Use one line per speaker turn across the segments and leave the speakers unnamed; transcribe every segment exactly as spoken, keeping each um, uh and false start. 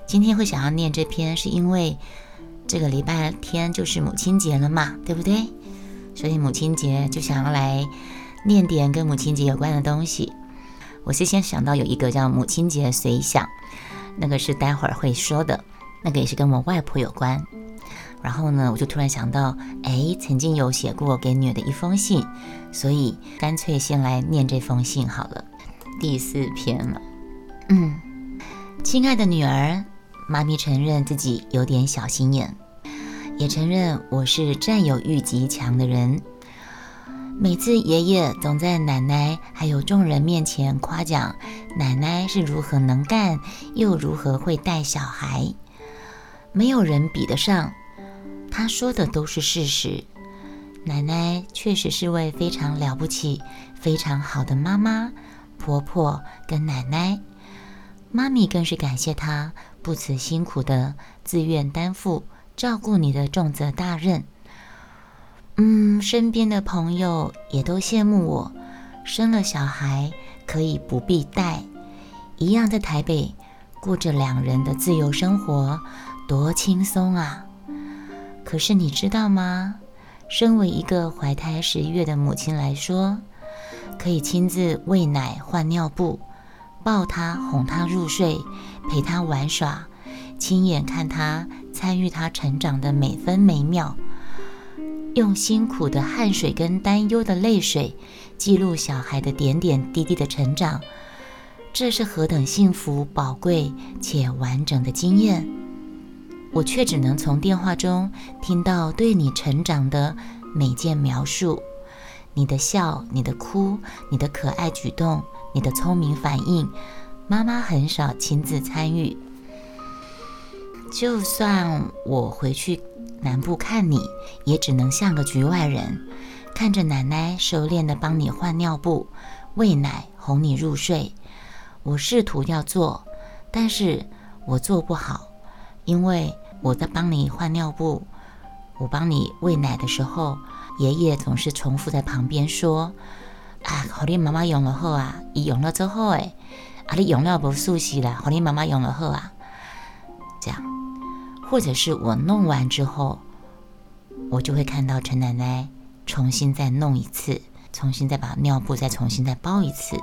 今天会想要念这篇，是因为这个礼拜天就是母亲节了嘛，对不对？所以母亲节就想要来念点跟母亲节有关的东西。我是先想到有一个叫母亲节随想，那个是待会儿会说的，那个也是跟我外婆有关。然后呢，我就突然想到，哎，曾经有写过给女儿的一封信，所以干脆先来念这封信好了。第四篇了。嗯，亲爱的女儿，妈咪承认自己有点小心眼，也承认我是占有欲极强的人。每次爷爷总在奶奶还有众人面前夸奖奶奶是如何能干，又如何会带小孩，没有人比得上。他说的都是事实。奶奶确实是位非常了不起、非常好的妈妈、婆婆跟奶奶。妈咪更是感谢她不辞辛苦的自愿担负照顾你的重责大任。嗯，身边的朋友也都羡慕我，生了小孩可以不必带，一样在台北过着两人的自由生活，多轻松啊！可是你知道吗？身为一个怀胎十月的母亲来说，可以亲自喂奶、换尿布，抱他、哄他入睡，陪他玩耍，亲眼看他参与他成长的每分每秒，用辛苦的汗水跟担忧的泪水记录小孩的点点滴滴的成长，这是何等幸福、宝贵且完整的经验。我却只能从电话中听到对你成长的每件描述，你的笑，你的哭，你的可爱举动，你的聪明反应，妈妈很少亲自参与。就算我回去南部看你，也只能像个局外人，看着奶奶熟练地帮你换尿布、喂奶、哄你入睡。我试图要做，但是我做不好，因为我在帮你换尿布，我帮你喂奶的时候，爷爷总是重复在旁边说：“啊，好你妈妈用了好啊，伊用了之后诶，啊你用了不熟悉啦，好你妈妈用了好啊。”这样，或者是我弄完之后，我就会看到陈奶奶重新再弄一次，重新再把尿布再重新再包一次。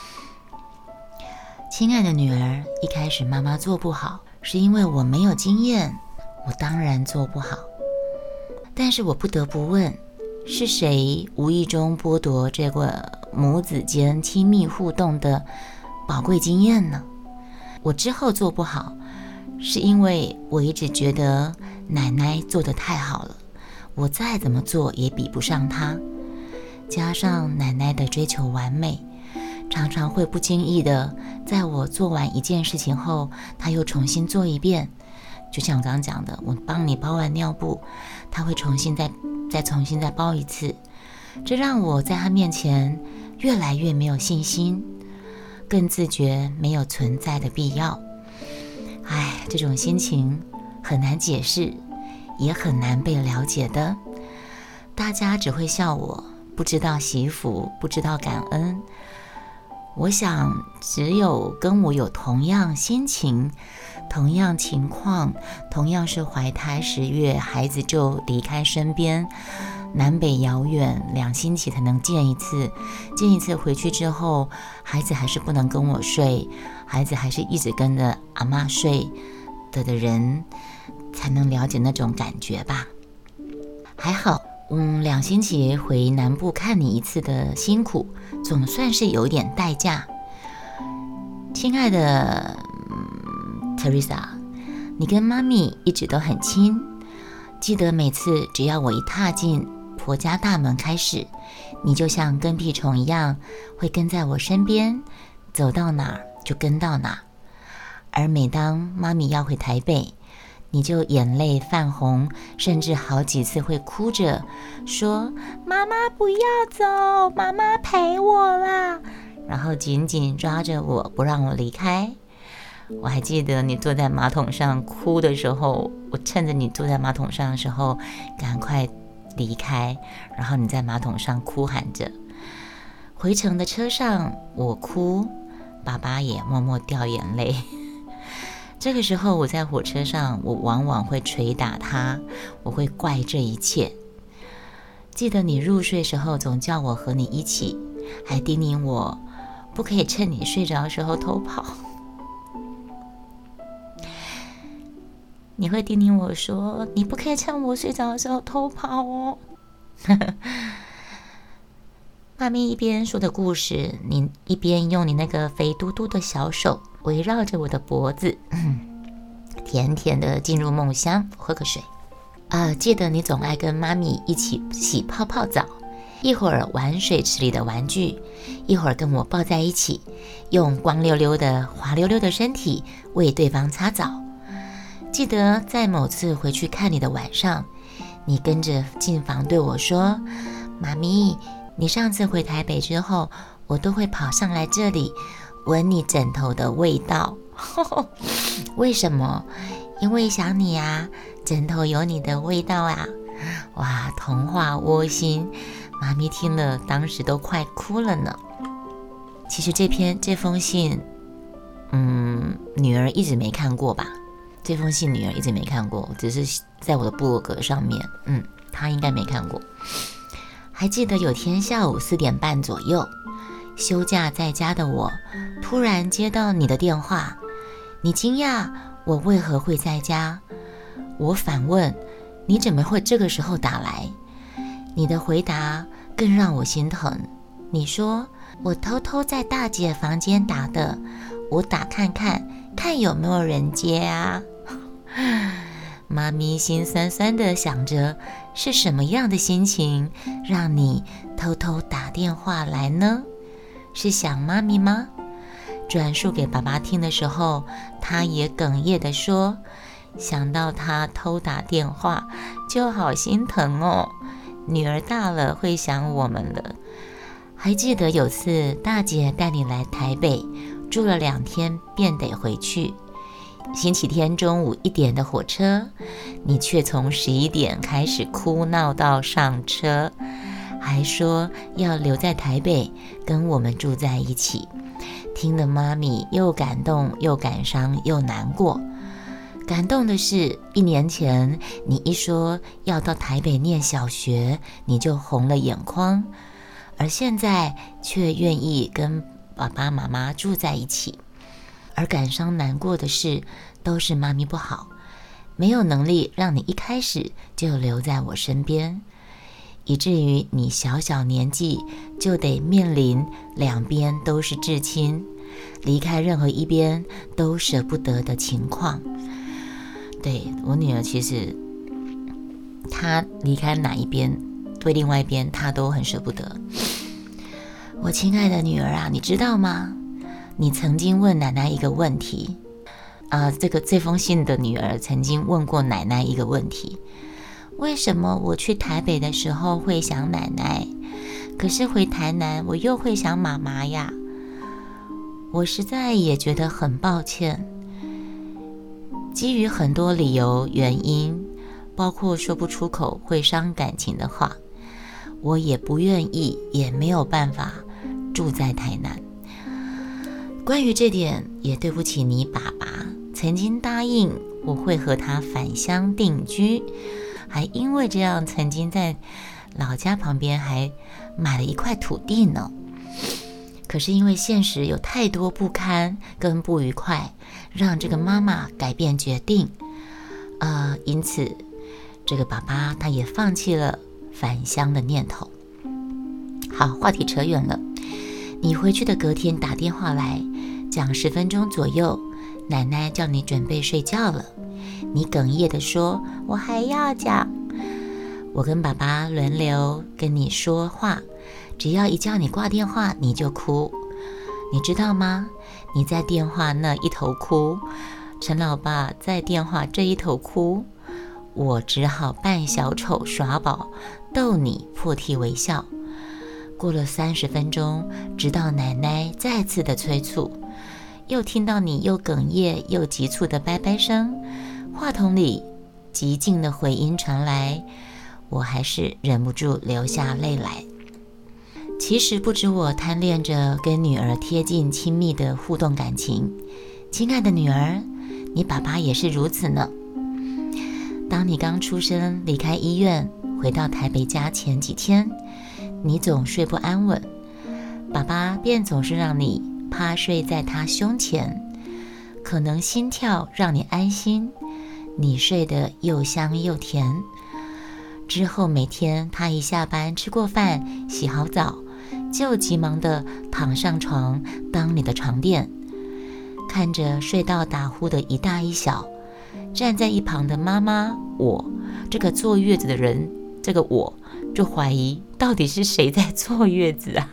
亲爱的女儿，一开始妈妈做不好，是因为我没有经验，我当然做不好。但是我不得不问，是谁无意中剥夺这个母子间亲密互动的宝贵经验呢？我之后做不好，是因为我一直觉得奶奶做得太好了，我再怎么做也比不上她。加上奶奶的追求完美，常常会不经意的在我做完一件事情后，她又重新做一遍。就像我刚刚讲的，我帮你包完尿布，她会重新再再重新再包一次，这让我在她面前越来越没有信心，更自觉没有存在的必要。唉，这种心情很难解释，也很难被了解的。大家只会笑我不知道惜福，不知道感恩。我想只有跟我有同样心情、同样情况，同样是怀胎十月，孩子就离开身边，南北遥远，两星期才能见一次，见一次回去之后，孩子还是不能跟我睡，孩子还是一直跟着阿嬷睡的的人，才能了解那种感觉吧。还好，嗯，两星期回南部看你一次的辛苦，总算是有点代价。亲爱的、嗯、Teresa， 你跟妈咪一直都很亲，记得每次只要我一踏进婆家大门开始，你就像跟屁虫一样，会跟在我身边，走到哪儿就跟到哪儿。而每当妈咪要回台北，你就眼泪泛红，甚至好几次会哭着说：“妈妈不要走，妈妈陪我啦。”然后紧紧抓着我不让我离开。我还记得你坐在马桶上哭的时候，我趁着你坐在马桶上的时候赶快离开，然后你在马桶上哭喊着。回程的车上我哭，爸爸也默默掉眼泪。 这个时候我在火车上，我往往会捶打他，我会怪这一切。记得你入睡时候总叫我和你一起，还叮咛我不可以趁你睡着的时候偷跑。你会叮咛我说，你不可以趁我睡着的时候偷跑哦。妈咪一边说的故事，你一边用你那个肥嘟嘟的小手围绕着我的脖子，甜甜的进入梦乡。喝个水啊！记得你总爱跟妈咪一起洗泡泡澡，一会儿玩水池里的玩具，一会儿跟我抱在一起，用光溜溜的滑溜溜的身体为对方擦澡。记得在某次回去看你的晚上，你跟着进房对我说，妈咪，你上次回台北之后，我都会跑上来这里闻你枕头的味道。为什么？因为想你啊，枕头有你的味道啊。哇，童话窝心，妈咪听了当时都快哭了呢。其实这篇这封信嗯，女儿一直没看过吧，这封信女儿一直没看过，只是在我的部落格上面，嗯，她应该没看过。还记得有天下午四点半左右，休假在家的我突然接到你的电话，你惊讶我为何会在家，我反问你怎么会这个时候打来，你的回答更让我心疼。你说我偷偷在大姐房间打的，我打看看看有没有人接啊。妈咪心酸酸的想着，是什么样的心情让你偷偷打电话来呢？是想妈咪吗？转述给爸爸听的时候，他也哽咽地说，想到他偷打电话就好心疼哦，女儿大了会想我们了。还记得有次大姐带你来台北，住了两天便得回去，星期天中午一点的火车，你却从十一点开始哭闹到上车，还说要留在台北跟我们住在一起。听了妈咪又感动又感伤又难过。感动的是，一年前你一说要到台北念小学，你就红了眼眶，而现在却愿意跟爸爸妈妈住在一起。而感伤难过的是，都是妈咪不好，没有能力让你一开始就留在我身边，以至于你小小年纪就得面临两边都是至亲，离开任何一边都舍不得的情况。对，我女儿其实她离开哪一边，对另外一边她都很舍不得。我亲爱的女儿啊，你知道吗？你曾经问奶奶一个问题，呃，这个这封信的女儿曾经问过奶奶一个问题，为什么我去台北的时候会想奶奶，可是回台南我又会想妈妈呀？我实在也觉得很抱歉，基于很多理由原因，包括说不出口会伤感情的话，我也不愿意也没有办法住在台南。关于这点也对不起你爸爸，曾经答应我会和他返乡定居，还因为这样曾经在老家旁边还买了一块土地呢。可是因为现实有太多不堪跟不愉快，让这个妈妈改变决定，呃，因此这个爸爸他也放弃了返乡的念头。好，话题扯远了。你回去的隔天打电话来，讲十分钟左右，奶奶叫你准备睡觉了。你哽咽地说，我还要讲。我跟爸爸轮流跟你说话，只要一叫你挂电话你就哭。你知道吗？你在电话那一头哭，陈老爸在电话这一头哭，我只好扮小丑耍宝，逗你破涕为笑。过了三十分钟，直到奶奶再次的催促，又听到你又哽咽又急促的拜拜声，话筒里极静的回音传来，我还是忍不住流下泪来。其实不止我贪恋着跟女儿贴近亲密的互动感情，亲爱的女儿， 你爸爸也是如此呢。当你刚出生离开医院回到台北家前几天，你总睡不安稳，爸爸便总是让你趴睡在他胸前，可能心跳让你安心，你睡得又香又甜。之后每天他一下班吃过饭洗好澡，就急忙地躺上床当你的床垫，看着睡到打呼的一大一小，站在一旁的妈妈，我这个坐月子的人，这个我就怀疑到底是谁在坐月子啊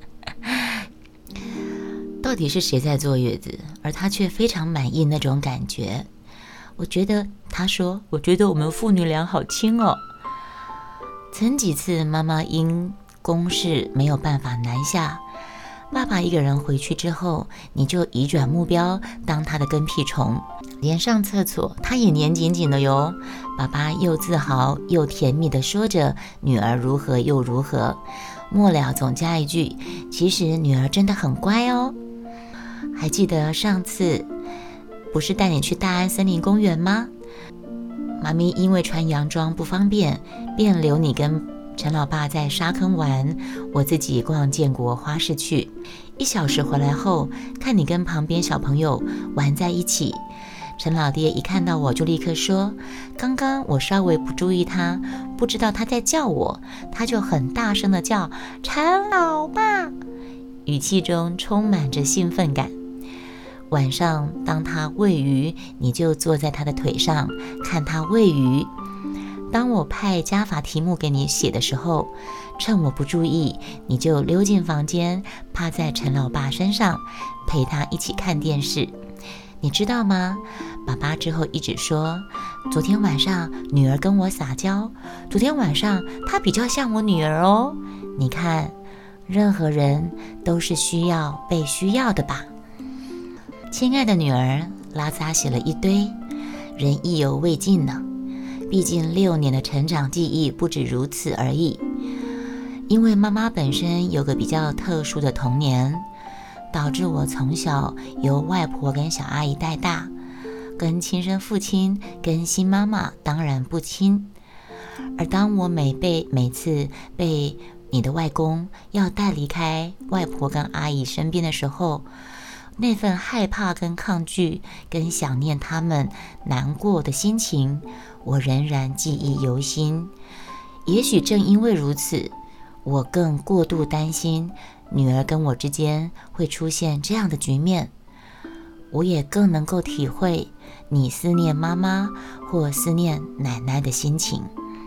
到底是谁在坐月子，而他却非常满意那种感觉。我觉得他说我觉得我们父女俩好亲哦。曾几次妈妈因公事没有办法南下，爸爸一个人回去之后，你就移转目标当他的跟屁虫，连上厕所他也黏紧紧的哟。爸爸又自豪又甜蜜地说着女儿如何又如何，末了总加一句，其实女儿真的很乖哦。还记得上次不是带你去大安森林公园吗？妈咪因为穿洋装不方便，便留你跟陈老爸在沙坑玩，我自己逛建国花市去。一小时回来后，看你跟旁边小朋友玩在一起，陈老爹一看到我就立刻说，刚刚我稍微不注意他，不知道他在叫我，他就很大声的叫陈老爸，语气中充满着兴奋感。晚上当他喂鱼，你就坐在他的腿上看他喂鱼。当我派加法题目给你写的时候，趁我不注意，你就溜进房间，趴在陈老爸身上，陪他一起看电视。你知道吗？爸爸之后一直说，昨天晚上女儿跟我撒娇，昨天晚上她比较像我女儿哦。你看，任何人都是需要被需要的吧。亲爱的女儿，拉扎写了一堆，人意犹未尽呢。毕竟六年的成长记忆不止如此而已。因为妈妈本身有个比较特殊的童年，导致我从小由外婆跟小阿姨带大，跟亲生父亲跟新妈妈当然不亲。而当我每被每次被你的外公要带离开外婆跟阿姨身边的时候，那份害怕跟抗拒跟想念他们难过的心情，我仍然记忆犹新。也许正因为如此，我更过度担心女儿跟我之间会出现这样的局面。我也更能够体会你思念妈妈或思念奶奶的心情。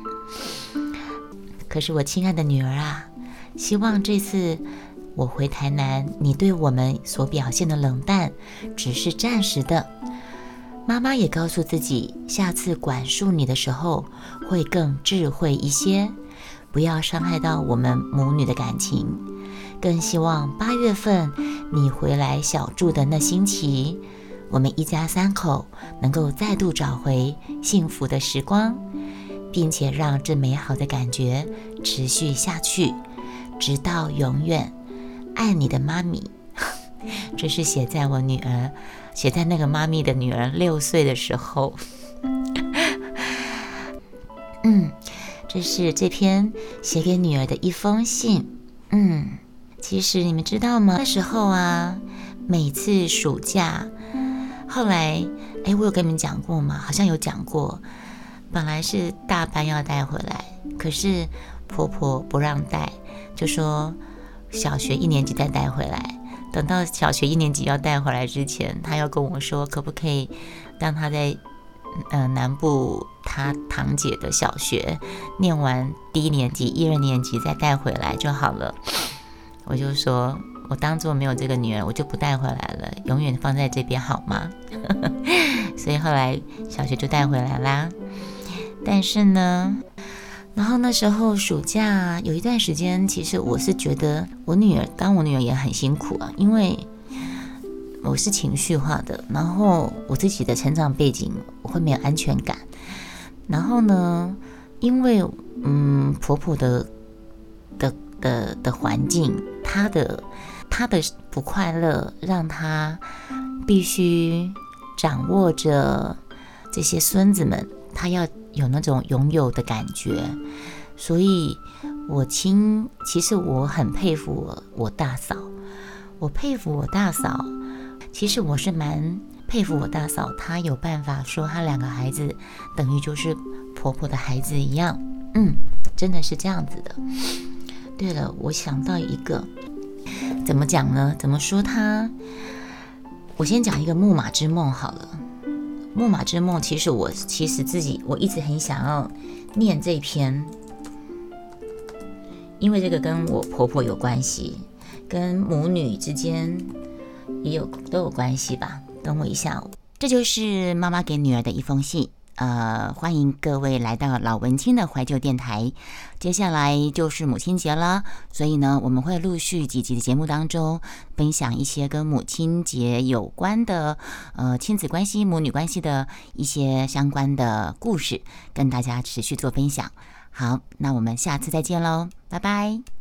可是我亲爱的女儿啊，希望这次我回台南，你对我们所表现的冷淡只是暂时的。妈妈也告诉自己，下次管束你的时候会更智慧一些，不要伤害到我们母女的感情。更希望八月份你回来小住的那星期，我们一家三口能够再度找回幸福的时光，并且让这美好的感觉持续下去，直到永远。爱你的妈咪。这是写在我女儿写在那个妈咪的女儿六岁的时候嗯，这是这篇写给女儿的一封信。嗯，其实你们知道吗？那时候啊，每次暑假，后来哎，我有跟你们讲过吗？好像有讲过。本来是大班要带回来，可是婆婆不让带，就说小学一年级再带回来。等到小学一年级要带回来之前，她要跟我说，可不可以让她在呃南部她堂姐的小学念完第一年级、一二年级再带回来就好了。我就说，我当做没有这个女儿，我就不带回来了，永远放在这边好吗？所以后来小学就带回来啦。但是呢，然后那时候暑假有一段时间，其实我是觉得我女儿当我女儿也很辛苦啊，因为我是情绪化的，然后我自己的成长背景我会没有安全感，然后呢，因为嗯婆婆的的的的环境，她的她的不快乐让她必须掌握着这些孙子们，他要有那种拥有的感觉。所以我亲，其实我很佩服我我大嫂，我佩服我大嫂。其实我是蛮佩服我大嫂，她有办法说她两个孩子等于就是婆婆的孩子一样，嗯，真的是这样子的。对了，我想到一个，怎么讲呢？怎么说她？我先讲一个木马之梦好了。木马之梦，其实我其实自己我一直很想要念这篇，因为这个跟我婆婆有关系，跟母女之间也有都有关系吧。等我一下，这就是妈妈给女儿的一封信。呃，欢迎各位来到老文青的怀旧电台。接下来就是母亲节了，所以呢，我们会陆续几集的节目当中分享一些跟母亲节有关的呃亲子关系、母女关系的一些相关的故事，跟大家持续做分享。好，那我们下次再见喽，拜拜。